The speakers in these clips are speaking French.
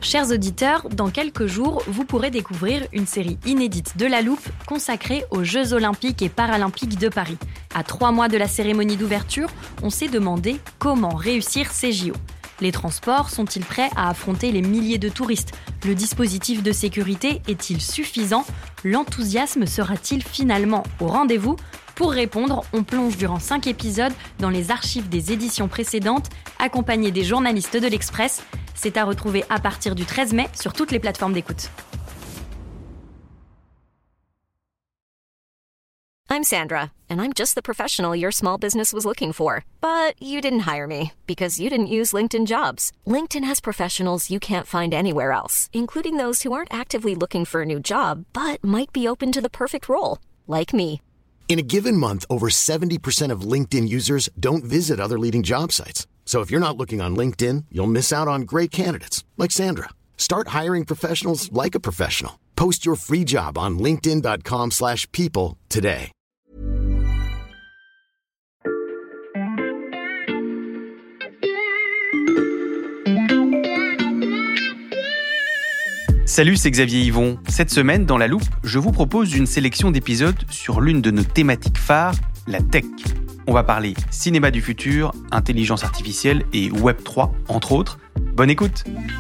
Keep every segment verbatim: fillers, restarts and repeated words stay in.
Chers auditeurs, dans quelques jours, vous pourrez découvrir une série inédite de La Loupe consacrée aux Jeux Olympiques et Paralympiques de Paris. À trois mois de la cérémonie d'ouverture, on s'est demandé comment réussir ces J O. Les transports sont-ils prêts à affronter les milliers de touristes ? Le dispositif de sécurité est-il suffisant ? L'enthousiasme sera-t-il finalement au rendez-vous ? Pour répondre, on plonge durant cinq épisodes dans les archives des éditions précédentes, accompagnés des journalistes de l'Express. C'est à retrouver à partir du treize mai sur toutes les plateformes d'écoute. I'm Sandra, and I'm just the professional your small business was looking for. But you didn't hire me because you didn't use LinkedIn Jobs. LinkedIn has professionals you can't find anywhere else, including those who aren't actively looking for a new job, but might be open to the perfect role, like me. In a given month, over seventy percent of LinkedIn users don't visit other leading job sites. So if you're not looking on LinkedIn, you'll miss out on great candidates like Sandra. Start hiring professionals like a professional. Post your free job on linkedin dot com slash people today. Salut, c'est Xavier Yvon. Cette semaine, dans La Loupe, je vous propose une sélection d'épisodes sur l'une de nos thématiques phares, la tech. On va parler cinéma du futur, intelligence artificielle et web trois, entre autres. Bonne écoute.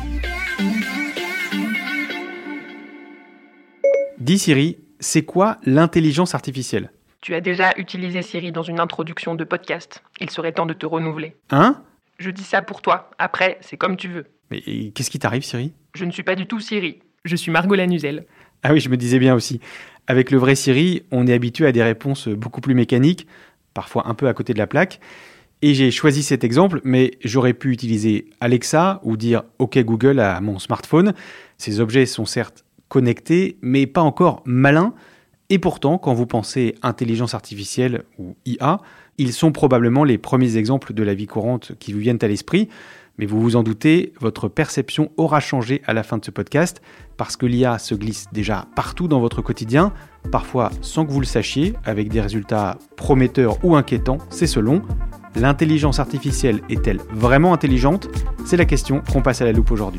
Dis Siri, c'est quoi l'intelligence artificielle ? Tu as déjà utilisé Siri dans une introduction de podcast. Il serait temps de te renouveler. Hein ? Je dis ça pour toi. Après, c'est comme tu veux. Mais qu'est-ce qui t'arrive, Siri ? Je ne suis pas du tout Siri. Je suis Margot Lanuzel. Ah oui, je me disais bien aussi. Avec le vrai Siri, on est habitué à des réponses beaucoup plus mécaniques, parfois un peu à côté de la plaque. Et j'ai choisi cet exemple, mais j'aurais pu utiliser Alexa ou dire « OK Google » à mon smartphone. Ces objets sont certes connectés, mais pas encore malins. Et pourtant, quand vous pensez intelligence artificielle ou I A, ils sont probablement les premiers exemples de la vie courante qui vous viennent à l'esprit. Mais vous vous en doutez, votre perception aura changé à la fin de ce podcast parce que l'I A se glisse déjà partout dans votre quotidien, parfois sans que vous le sachiez, avec des résultats prometteurs ou inquiétants, c'est selon. L'intelligence artificielle est-elle vraiment intelligente ? C'est la question qu'on passe à la loupe aujourd'hui.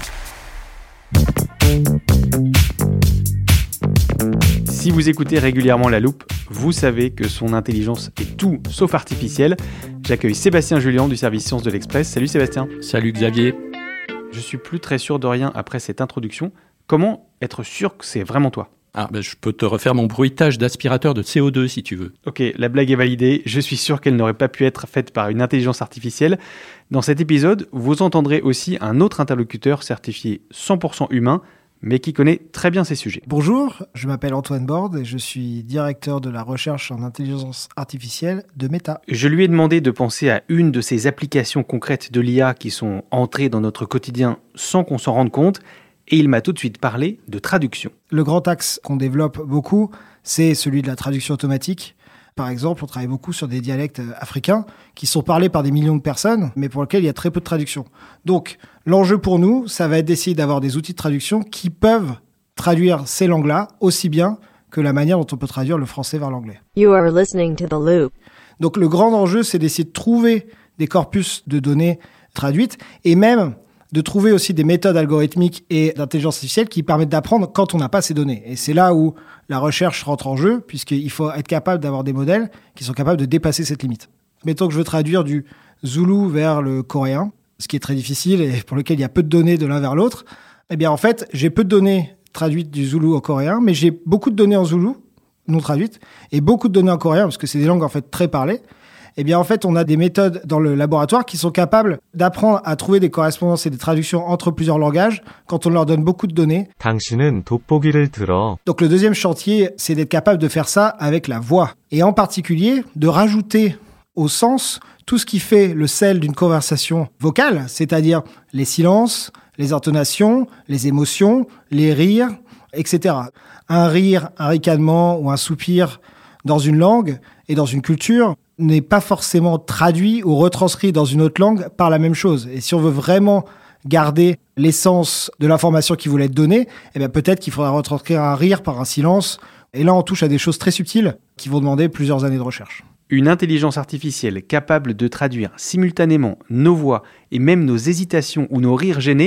Si vous écoutez régulièrement La Loupe, vous savez que son intelligence est tout sauf artificielle. J'accueille Sébastien Julien du service Sciences de l'Express. Salut Sébastien. Salut Xavier. Je suis plus très sûr de rien après cette introduction. Comment être sûr que c'est vraiment toi ? Ah, ben je peux te refaire mon bruitage d'aspirateur de C O deux si tu veux. Ok, la blague est validée. Je suis sûr qu'elle n'aurait pas pu être faite par une intelligence artificielle. Dans cet épisode, vous entendrez aussi un autre interlocuteur certifié cent pour cent humain, mais qui connaît très bien ces sujets. Bonjour, je m'appelle Antoine Borde et je suis directeur de la recherche en intelligence artificielle de Meta. Je lui ai demandé de penser à une de ces applications concrètes de l'I A qui sont entrées dans notre quotidien sans qu'on s'en rende compte, et il m'a tout de suite parlé de traduction. Le grand axe qu'on développe beaucoup, c'est celui de la traduction automatique. Par exemple, on travaille beaucoup sur des dialectes africains qui sont parlés par des millions de personnes, mais pour lesquels il y a très peu de traduction. Donc, l'enjeu pour nous, ça va être d'essayer d'avoir des outils de traduction qui peuvent traduire ces langues-là aussi bien que la manière dont on peut traduire le français vers l'anglais. You are listening to The Loop. Donc, le grand enjeu, c'est d'essayer de trouver des corpus de données traduites et même de trouver aussi des méthodes algorithmiques et d'intelligence artificielle qui permettent d'apprendre quand on n'a pas ces données. Et c'est là où la recherche rentre en jeu, puisqu'il faut être capable d'avoir des modèles qui sont capables de dépasser cette limite. Mettons que je veux traduire du zoulou vers le coréen, ce qui est très difficile et pour lequel il y a peu de données de l'un vers l'autre. Eh bien, en fait, j'ai peu de données traduites du zoulou au coréen, mais j'ai beaucoup de données en zoulou, non traduites, et beaucoup de données en coréen, parce que c'est des langues en fait très parlées. Eh bien, en fait, on a des méthodes dans le laboratoire qui sont capables d'apprendre à trouver des correspondances et des traductions entre plusieurs langages quand on leur donne beaucoup de données. 당신은 돋보기를 들어. Donc, le deuxième chantier, c'est d'être capable de faire ça avec la voix. Et en particulier, de rajouter au sens tout ce qui fait le sel d'une conversation vocale, c'est-à-dire les silences, les intonations, les émotions, les rires, et cetera. Un rire, un ricanement ou un soupir dans une langue et dans une culture n'est pas forcément traduit ou retranscrit dans une autre langue par la même chose. Et si on veut vraiment garder l'essence de l'information qui voulait être donnée, eh bien peut-être qu'il faudra retranscrire un rire par un silence. Et là, on touche à des choses très subtiles qui vont demander plusieurs années de recherche. Une intelligence artificielle capable de traduire simultanément nos voix et même nos hésitations ou nos rires gênés,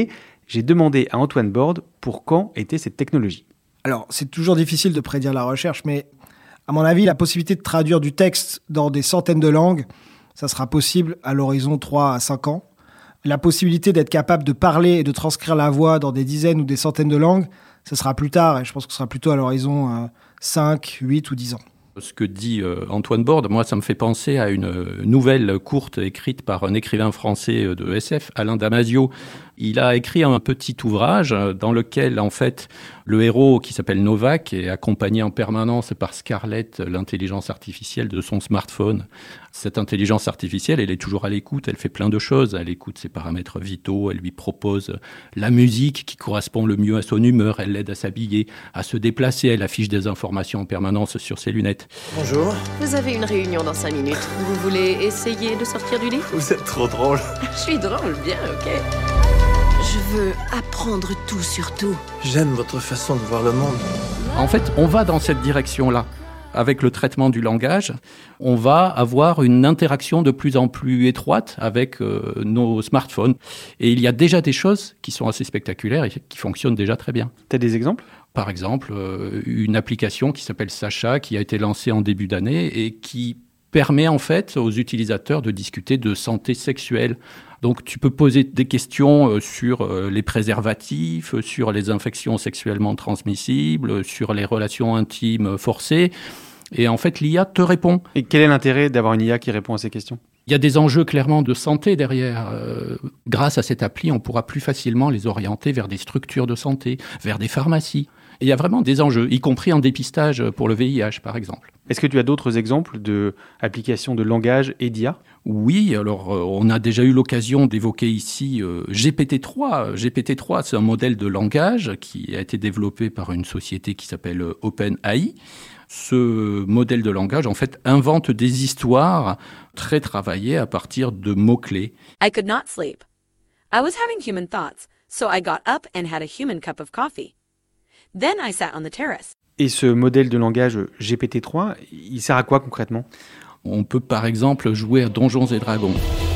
j'ai demandé à Antoine Borde pour quand était cette technologie. Alors, c'est toujours difficile de prédire la recherche, mais à mon avis, la possibilité de traduire du texte dans des centaines de langues, ça sera possible à l'horizon trois à cinq ans. La possibilité d'être capable de parler et de transcrire la voix dans des dizaines ou des centaines de langues, ça sera plus tard, et je pense que ce sera plutôt à l'horizon euh, cinq, huit ou dix ans. Ce que dit euh, Antoine Borde, moi, ça me fait penser à une nouvelle courte écrite par un écrivain français de S F, Alain Damasio. Il a écrit un petit ouvrage dans lequel, en fait, le héros, qui s'appelle Novak, est accompagné en permanence par Scarlett, l'intelligence artificielle de son smartphone. Cette intelligence artificielle, elle est toujours à l'écoute, elle fait plein de choses. Elle écoute ses paramètres vitaux, elle lui propose la musique qui correspond le mieux à son humeur, elle l'aide à s'habiller, à se déplacer, elle affiche des informations en permanence sur ses lunettes. Bonjour. Vous avez une réunion dans cinq minutes. Vous voulez essayer de sortir du lit ? Vous êtes trop drôle. Je suis drôle, bien, ok. Je veux apprendre tout sur tout. J'aime votre façon de voir le monde. En fait, on va dans cette direction-là. Avec le traitement du langage, on va avoir une interaction de plus en plus étroite avec euh, nos smartphones. Et il y a déjà des choses qui sont assez spectaculaires et qui fonctionnent déjà très bien. Tu as des exemples ? Par exemple, euh, une application qui s'appelle Sacha, qui a été lancée en début d'année et qui permet en fait aux utilisateurs de discuter de santé sexuelle. Donc tu peux poser des questions sur les préservatifs, sur les infections sexuellement transmissibles, sur les relations intimes forcées. Et en fait, l'I A te répond. Et quel est l'intérêt d'avoir une I A qui répond à ces questions ? Il y a des enjeux clairement de santé derrière. Euh, grâce à cette appli, on pourra plus facilement les orienter vers des structures de santé, vers des pharmacies. Et il y a vraiment des enjeux, y compris en dépistage pour le V I H, par exemple. Est-ce que tu as d'autres exemples d'applications de langage et d'I A ? Oui, alors euh, on a déjà eu l'occasion d'évoquer ici euh, G P T trois. G P T trois, c'est un modèle de langage qui a été développé par une société qui s'appelle OpenAI. Ce modèle de langage, en fait, invente des histoires très travaillées à partir de mots-clés. I could not sleep. I was having human thoughts, so I got up and had a human cup of coffee. Then I sat on the terrace. Et ce modèle de langage G P T trois, il sert à quoi concrètement ? On peut par exemple jouer à Donjons et Dragons.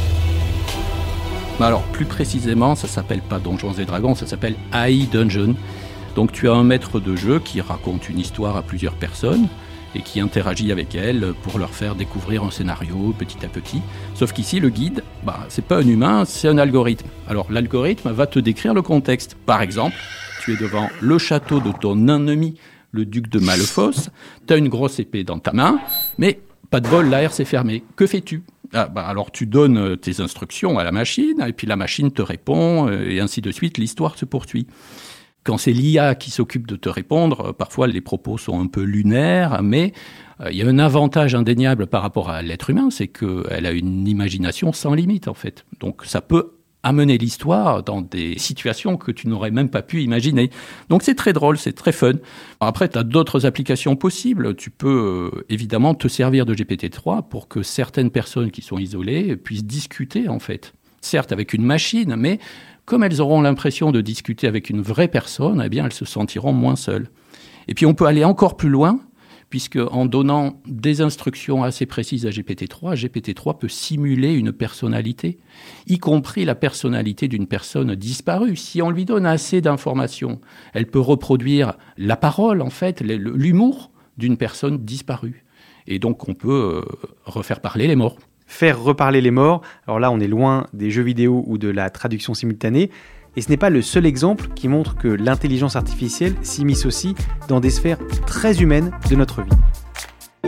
Alors plus précisément, ça s'appelle pas Donjons et Dragons, ça s'appelle A I Dungeon. Donc tu as un maître de jeu qui raconte une histoire à plusieurs personnes et qui interagit avec elles pour leur faire découvrir un scénario petit à petit. Sauf qu'ici, le guide, bah, c'est pas un humain, c'est un algorithme. Alors l'algorithme va te décrire le contexte. Par exemple, tu es devant le château de ton ennemi, le duc de Malefosse, tu as une grosse épée dans ta main, mais pas de bol, l'A R s'est fermé. Que fais-tu ? Ah, bah, alors tu donnes tes instructions à la machine, et puis la machine te répond, et ainsi de suite, l'histoire se poursuit. Quand c'est l'I A qui s'occupe de te répondre, parfois les propos sont un peu lunaires, mais euh, il y a un avantage indéniable par rapport à l'être humain, c'est qu'elle a une imagination sans limite, en fait. Donc ça peut amener l'histoire dans des situations que tu n'aurais même pas pu imaginer. Donc c'est très drôle, c'est très fun. Après, tu as d'autres applications possibles. Tu peux euh, évidemment te servir de G P T trois pour que certaines personnes qui sont isolées puissent discuter, en fait. Certes avec une machine, mais comme elles auront l'impression de discuter avec une vraie personne, eh bien elles se sentiront moins seules. Et puis on peut aller encore plus loin, puisque en donnant des instructions assez précises à G P T trois, G P T trois peut simuler une personnalité, y compris la personnalité d'une personne disparue. Si on lui donne assez d'informations, elle peut reproduire la parole, en fait, l'humour d'une personne disparue. Et donc on peut euh, refaire parler les morts. Faire reparler les morts, alors là on est loin des jeux vidéo ou de la traduction simultanée, et ce n'est pas le seul exemple qui montre que l'intelligence artificielle s'immisce aussi dans des sphères très humaines de notre vie.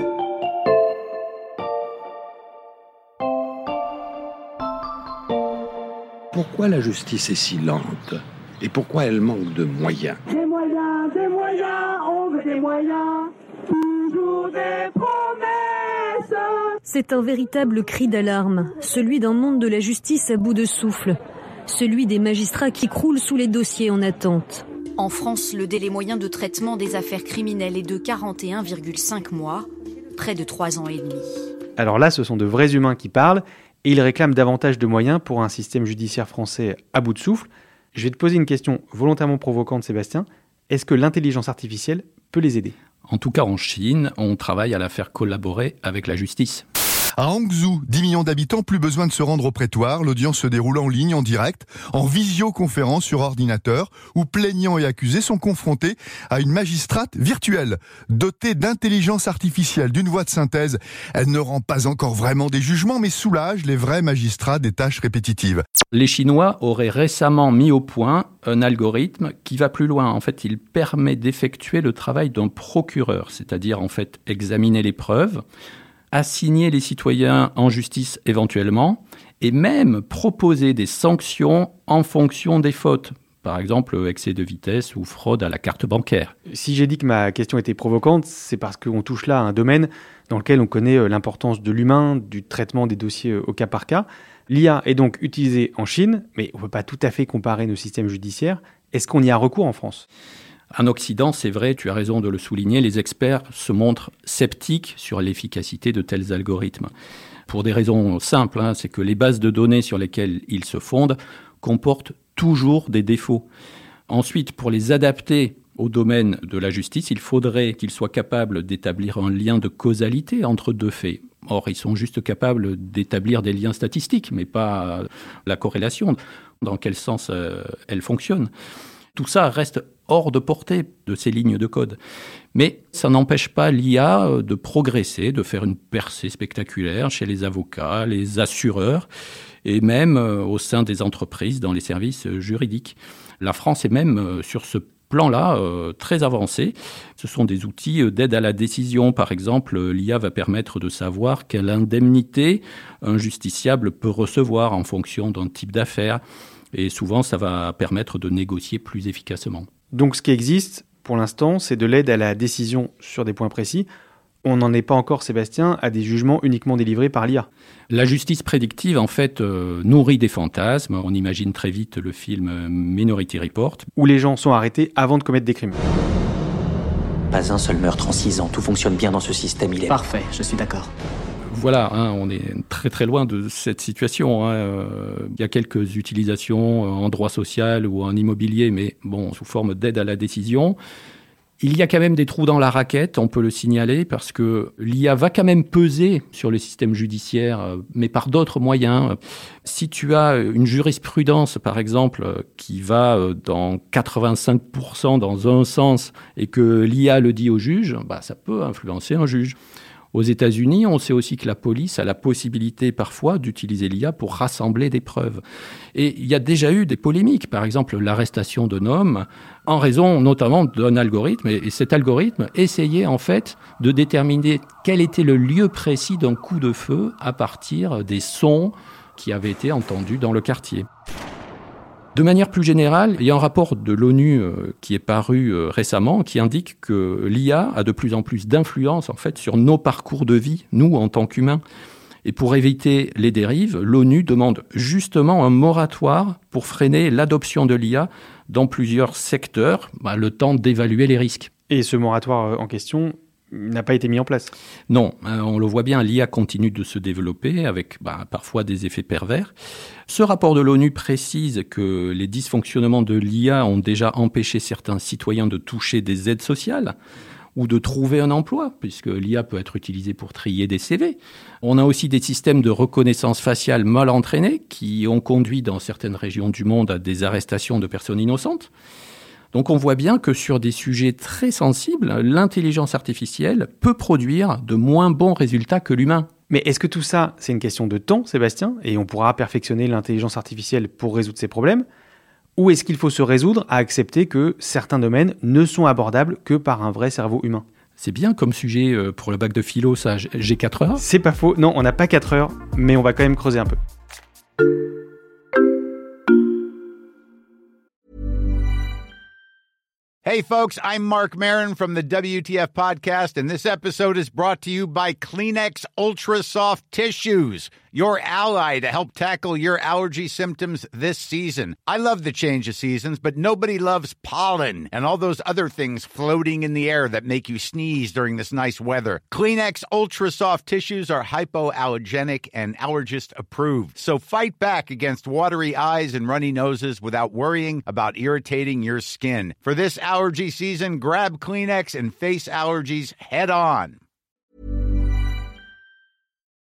Pourquoi la justice est si lente ? Et pourquoi elle manque de moyens ? Des moyens, des moyens, on veut des moyens, toujours des promesses. C'est un véritable cri d'alarme, celui d'un monde de la justice à bout de souffle, celui des magistrats qui croulent sous les dossiers en attente. En France, le délai moyen de traitement des affaires criminelles est de quarante et un virgule cinq mois, près de trois ans et demi. Alors là, ce sont de vrais humains qui parlent, et ils réclament davantage de moyens pour un système judiciaire français à bout de souffle. Je vais te poser une question volontairement provocante, Sébastien. Est-ce que l'intelligence artificielle peut les aider ? En tout cas, en Chine, on travaille à la faire collaborer avec la justice. À Hangzhou, dix millions d'habitants, plus besoin de se rendre au prétoire. L'audience se déroule en ligne, en direct, en visioconférence sur ordinateur, où plaignants et accusés sont confrontés à une magistrate virtuelle. Dotée d'intelligence artificielle, d'une voix de synthèse, elle ne rend pas encore vraiment des jugements, mais soulage les vrais magistrats des tâches répétitives. Les Chinois auraient récemment mis au point un algorithme qui va plus loin. En fait, il permet d'effectuer le travail d'un procureur, c'est-à-dire en fait examiner les preuves, assigner les citoyens en justice éventuellement, et même proposer des sanctions en fonction des fautes. Par exemple, excès de vitesse ou fraude à la carte bancaire. Si j'ai dit que ma question était provocante, c'est parce qu'on touche là à un domaine dans lequel on connaît l'importance de l'humain, du traitement des dossiers au cas par cas. L'I A est donc utilisée en Chine, mais on ne peut pas tout à fait comparer nos systèmes judiciaires. Est-ce qu'on y a recours en France ? En Occident, c'est vrai, tu as raison de le souligner, les experts se montrent sceptiques sur l'efficacité de tels algorithmes. Pour des raisons simples, hein, c'est que les bases de données sur lesquelles ils se fondent comportent toujours des défauts. Ensuite, pour les adapter au domaine de la justice, il faudrait qu'ils soient capables d'établir un lien de causalité entre deux faits. Or, ils sont juste capables d'établir des liens statistiques, mais pas la corrélation, dans quel sens euh, elle fonctionne. Tout ça reste hors de portée de ces lignes de code. Mais ça n'empêche pas l'I A de progresser, de faire une percée spectaculaire chez les avocats, les assureurs, et même au sein des entreprises, dans les services juridiques. La France est même sur ce plan-là euh, très avancée. Ce sont des outils d'aide à la décision. Par exemple, l'I A va permettre de savoir quelle indemnité un justiciable peut recevoir en fonction d'un type d'affaires. Et souvent, ça va permettre de négocier plus efficacement. Donc ce qui existe, pour l'instant, c'est de l'aide à la décision sur des points précis. On n'en est pas encore, Sébastien, à des jugements uniquement délivrés par l'I A. La justice prédictive, en fait, euh, nourrit des fantasmes. On imagine très vite le film Minority Report. Où les gens sont arrêtés avant de commettre des crimes. Pas un seul meurtre en six ans. Tout fonctionne bien dans ce système. Il est parfait, je suis d'accord. Voilà, hein, on est très très loin de cette situation. Hein. Euh, il y a quelques utilisations en droit social ou en immobilier, mais bon, sous forme d'aide à la décision. Il y a quand même des trous dans la raquette, on peut le signaler, parce que l'I A va quand même peser sur le système judiciaire, mais par d'autres moyens. Si tu as une jurisprudence, par exemple, qui va dans quatre-vingt-cinq pour cent dans un sens et que l'I A le dit au juge, bah, ça peut influencer un juge. Aux États-Unis, on sait aussi que la police a la possibilité parfois d'utiliser l'I A pour rassembler des preuves. Et il y a déjà eu des polémiques, par exemple l'arrestation d'un homme en raison notamment d'un algorithme. Et cet algorithme essayait en fait de déterminer quel était le lieu précis d'un coup de feu à partir des sons qui avaient été entendus dans le quartier. De manière plus générale, il y a un rapport de l'ONU euh, qui est paru euh, récemment qui indique que l'I A a de plus en plus d'influence en fait sur nos parcours de vie, nous en tant qu'humains. Et pour éviter les dérives, l'ONU demande justement un moratoire pour freiner l'adoption de l'I A dans plusieurs secteurs, bah, le temps d'évaluer les risques. Et ce moratoire en question n'a pas été mis en place. Non, on le voit bien, l'I A continue de se développer avec bah, parfois des effets pervers. Ce rapport de l'ONU précise que les dysfonctionnements de l'I A ont déjà empêché certains citoyens de toucher des aides sociales ou de trouver un emploi, puisque l'I A peut être utilisée pour trier des C V. On a aussi des systèmes de reconnaissance faciale mal entraînés qui ont conduit dans certaines régions du monde à des arrestations de personnes innocentes. Donc on voit bien que sur des sujets très sensibles, l'intelligence artificielle peut produire de moins bons résultats que l'humain. Mais est-ce que tout ça, c'est une question de temps, Sébastien, et on pourra perfectionner l'intelligence artificielle pour résoudre ces problèmes ? Ou est-ce qu'il faut se résoudre à accepter que certains domaines ne sont abordables que par un vrai cerveau humain ? C'est bien comme sujet pour le bac de philo, ça. J'ai quatre heures ? C'est pas faux. Non, on n'a pas quatre heures, mais on va quand même creuser un peu. Hey, folks, I'm Mark Maron from the W T F Podcast, and this episode is brought to you by Kleenex Ultra Soft Tissues, your ally to help tackle your allergy symptoms this season. I love the change of seasons, but nobody loves pollen and all those other things floating in the air that make you sneeze during this nice weather. Kleenex Ultra Soft Tissues are hypoallergenic and allergist approved, so fight back against watery eyes and runny noses without worrying about irritating your skin. For this allergy season, grab Kleenex and face allergies head on.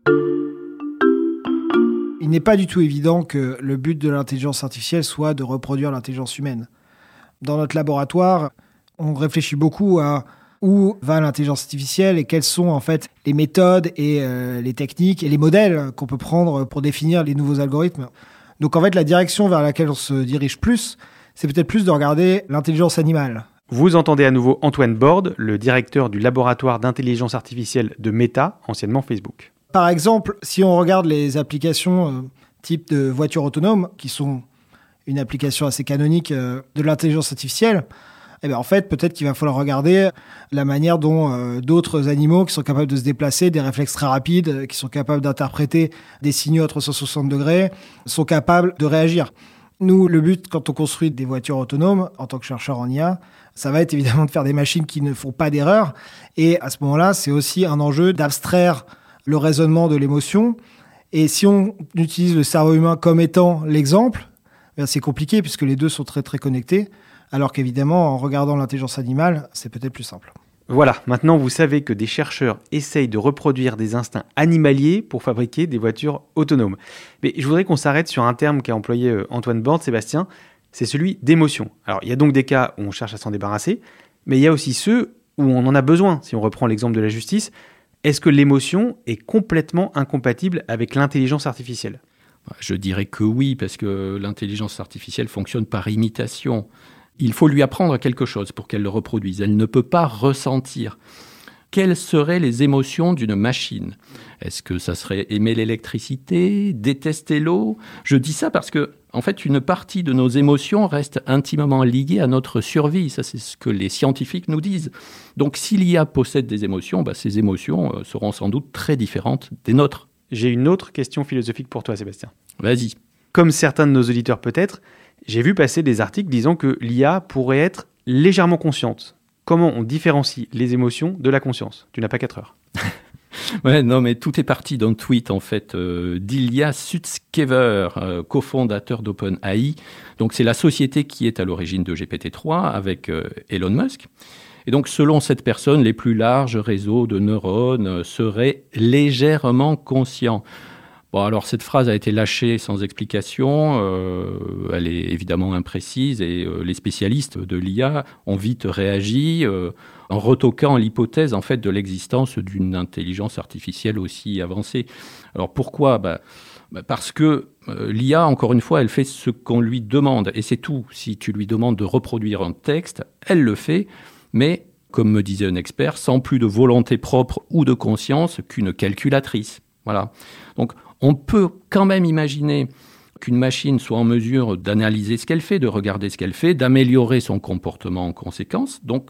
Il n'est pas du tout évident que le but de l'intelligence artificielle soit de reproduire l'intelligence humaine. Dans notre laboratoire, on réfléchit beaucoup à où va l'intelligence artificielle et quelles sont en fait les méthodes et euh, les techniques et les modèles qu'on peut prendre pour définir les nouveaux algorithmes. Donc en fait, la direction vers laquelle on se dirige plus, c'est peut-être plus de regarder l'intelligence animale. Vous entendez à nouveau Antoine Borde, le directeur du laboratoire d'intelligence artificielle de Meta, anciennement Facebook. Par exemple, si on regarde les applications euh, type de voitures autonomes, qui sont une application assez canonique euh, de l'intelligence artificielle, eh bien, en fait, peut-être qu'il va falloir regarder la manière dont euh, d'autres animaux qui sont capables de se déplacer, des réflexes très rapides, euh, qui sont capables d'interpréter des signaux à trois cent soixante degrés, sont capables de réagir. Nous, le but, quand on construit des voitures autonomes, en tant que chercheur en I A, ça va être évidemment de faire des machines qui ne font pas d'erreur. Et à ce moment-là, c'est aussi un enjeu d'abstraire le raisonnement de l'émotion. Et si on utilise le cerveau humain comme étant l'exemple, bien c'est compliqué puisque les deux sont très très connectés. Alors qu'évidemment, en regardant l'intelligence animale, c'est peut-être plus simple. Voilà, maintenant vous savez que des chercheurs essayent de reproduire des instincts animaliers pour fabriquer des voitures autonomes. Mais je voudrais qu'on s'arrête sur un terme qu'a employé Antoine Borde, Sébastien, c'est celui d'émotion. Alors il y a donc des cas où on cherche à s'en débarrasser, mais il y a aussi ceux où on en a besoin. Si on reprend l'exemple de la justice, est-ce que l'émotion est complètement incompatible avec l'intelligence artificielle ? Je dirais que oui, parce que l'intelligence artificielle fonctionne par imitation. Il faut lui apprendre quelque chose pour qu'elle le reproduise. Elle ne peut pas ressentir. Quelles seraient les émotions d'une machine ? Est-ce que ça serait aimer l'électricité, détester l'eau ? Je dis ça parce que, en fait, une partie de nos émotions reste intimement liée à notre survie. Ça, c'est ce que les scientifiques nous disent. Donc, si l'I A possède des émotions, bah, ces émotions euh, seront sans doute très différentes des nôtres. J'ai une autre question philosophique pour toi, Sébastien. Vas-y. Comme certains de nos auditeurs peut-être, j'ai vu passer des articles disant que l'I A pourrait être légèrement consciente. Comment on différencie les émotions de la conscience ? Tu n'as pas quatre heures. Ouais, non, mais tout est parti d'un tweet, en fait, euh, d'Ilya Sutskever, euh, cofondateur d'OpenAI. Donc, c'est la société qui est à l'origine de G P T trois avec euh, Elon Musk. Et donc, selon cette personne, les plus larges réseaux de neurones seraient légèrement conscients. Bon, alors, cette phrase a été lâchée sans explication. Euh, elle est évidemment imprécise et euh, les spécialistes de l'I A ont vite réagi euh, en retoquant l'hypothèse, en fait, de l'existence d'une intelligence artificielle aussi avancée. Alors, pourquoi ? Bah, bah parce que euh, l'I A, encore une fois, elle fait ce qu'on lui demande. Et c'est tout. Si tu lui demandes de reproduire un texte, elle le fait. Mais, comme me disait un expert, sans plus de volonté propre ou de conscience qu'une calculatrice. Voilà. Donc, on peut quand même imaginer qu'une machine soit en mesure d'analyser ce qu'elle fait, de regarder ce qu'elle fait, d'améliorer son comportement en conséquence. Donc,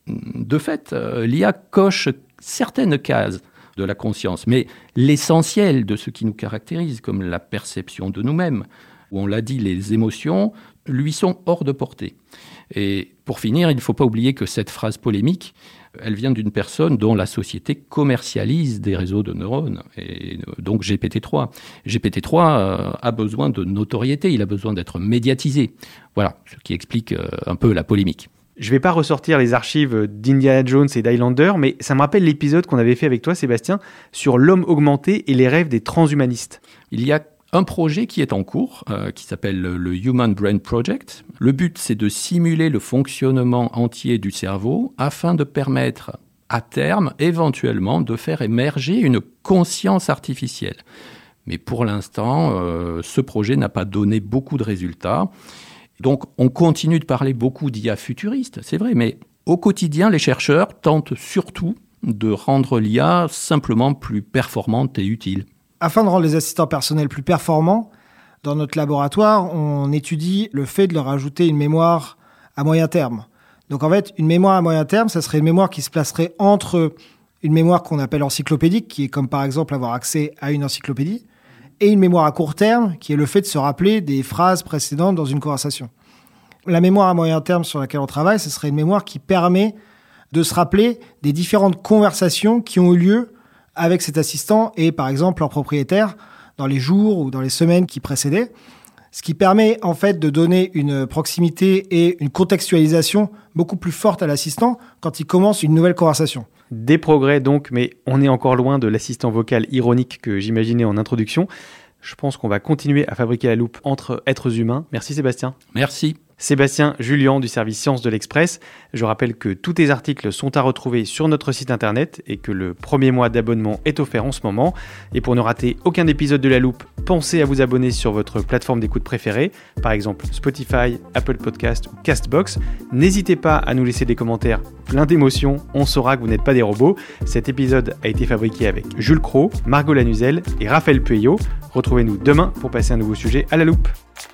de fait, euh, l'I A coche certaines cases de la conscience. Mais l'essentiel de ce qui nous caractérise, comme la perception de nous-mêmes, où on l'a dit, les émotions, lui sont hors de portée. Et pour finir, il ne faut pas oublier que cette phrase polémique, elle vient d'une personne dont la société commercialise des réseaux de neurones, et donc G P T trois. G P T trois euh, a besoin de notoriété, il a besoin d'être médiatisé. Voilà, ce qui explique euh, un peu la polémique. Je ne vais pas ressortir les archives d'Indiana Jones et d'Highlander, mais ça me rappelle l'épisode qu'on avait fait avec toi, Sébastien, sur l'homme augmenté et les rêves des transhumanistes. Il y a un projet qui est en cours, euh, qui s'appelle le Human Brain Project. Le but, c'est de simuler le fonctionnement entier du cerveau afin de permettre, à terme, éventuellement, de faire émerger une conscience artificielle. Mais pour l'instant, euh, ce projet n'a pas donné beaucoup de résultats. Donc, on continue de parler beaucoup d'I A futuriste, c'est vrai, mais au quotidien, les chercheurs tentent surtout de rendre l'I A simplement plus performante et utile. Afin de rendre les assistants personnels plus performants, dans notre laboratoire, on étudie le fait de leur ajouter une mémoire à moyen terme. Donc en fait, une mémoire à moyen terme, ça serait une mémoire qui se placerait entre une mémoire qu'on appelle encyclopédique, qui est comme par exemple avoir accès à une encyclopédie, et une mémoire à court terme, qui est le fait de se rappeler des phrases précédentes dans une conversation. La mémoire à moyen terme sur laquelle on travaille, ce serait une mémoire qui permet de se rappeler des différentes conversations qui ont eu lieu avec cet assistant et par exemple leur propriétaire dans les jours ou dans les semaines qui précédaient. ce qui permet en fait de donner une proximité et une contextualisation beaucoup plus forte à l'assistant quand il commence une nouvelle conversation. Des progrès donc, mais on est encore loin de l'assistant vocal ironique que j'imaginais en introduction. Je pense qu'on va continuer à fabriquer la loupe entre êtres humains. Merci Sébastien. Merci. Sébastien Julian du service Sciences de l'Express. Je rappelle que tous tes articles sont à retrouver sur notre site internet et que le premier mois d'abonnement est offert en ce moment. Et pour ne rater aucun épisode de La Loupe, pensez à vous abonner sur votre plateforme d'écoute préférée, par exemple Spotify, Apple Podcast ou Castbox. N'hésitez pas à nous laisser des commentaires pleins d'émotions, on saura que vous n'êtes pas des robots. Cet épisode a été fabriqué avec Jules Cros, Margot Lanuzel et Raphaël Pueyo. Retrouvez-nous demain pour passer un nouveau sujet à La Loupe.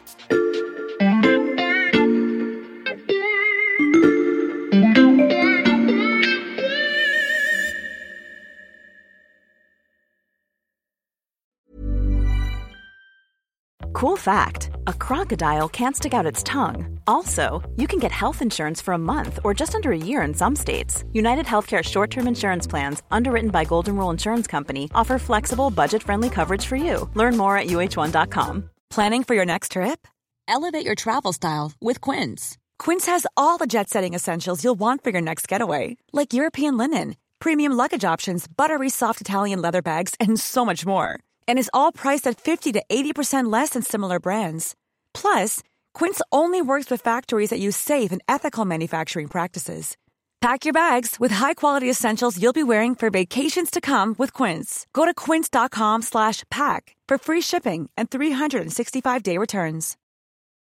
Cool fact, a crocodile can't stick out its tongue. Also, you can get health insurance for a month or just under a year in some states. United Healthcare short-term insurance plans, underwritten by Golden Rule Insurance Company, offer flexible, budget-friendly coverage for you. Learn more at U H one dot com. Planning for your next trip? Elevate your travel style with Quince. Quince has all the jet-setting essentials you'll want for your next getaway, like European linen, premium luggage options, buttery soft Italian leather bags, and so much more. And is all priced at fifty to eighty percent less than similar brands. Plus, Quince only works with factories that use safe and ethical manufacturing practices. Pack your bags with high-quality essentials you'll be wearing for vacations to come with Quince. Go to quince dot com slash pack for free shipping and three sixty-five day returns.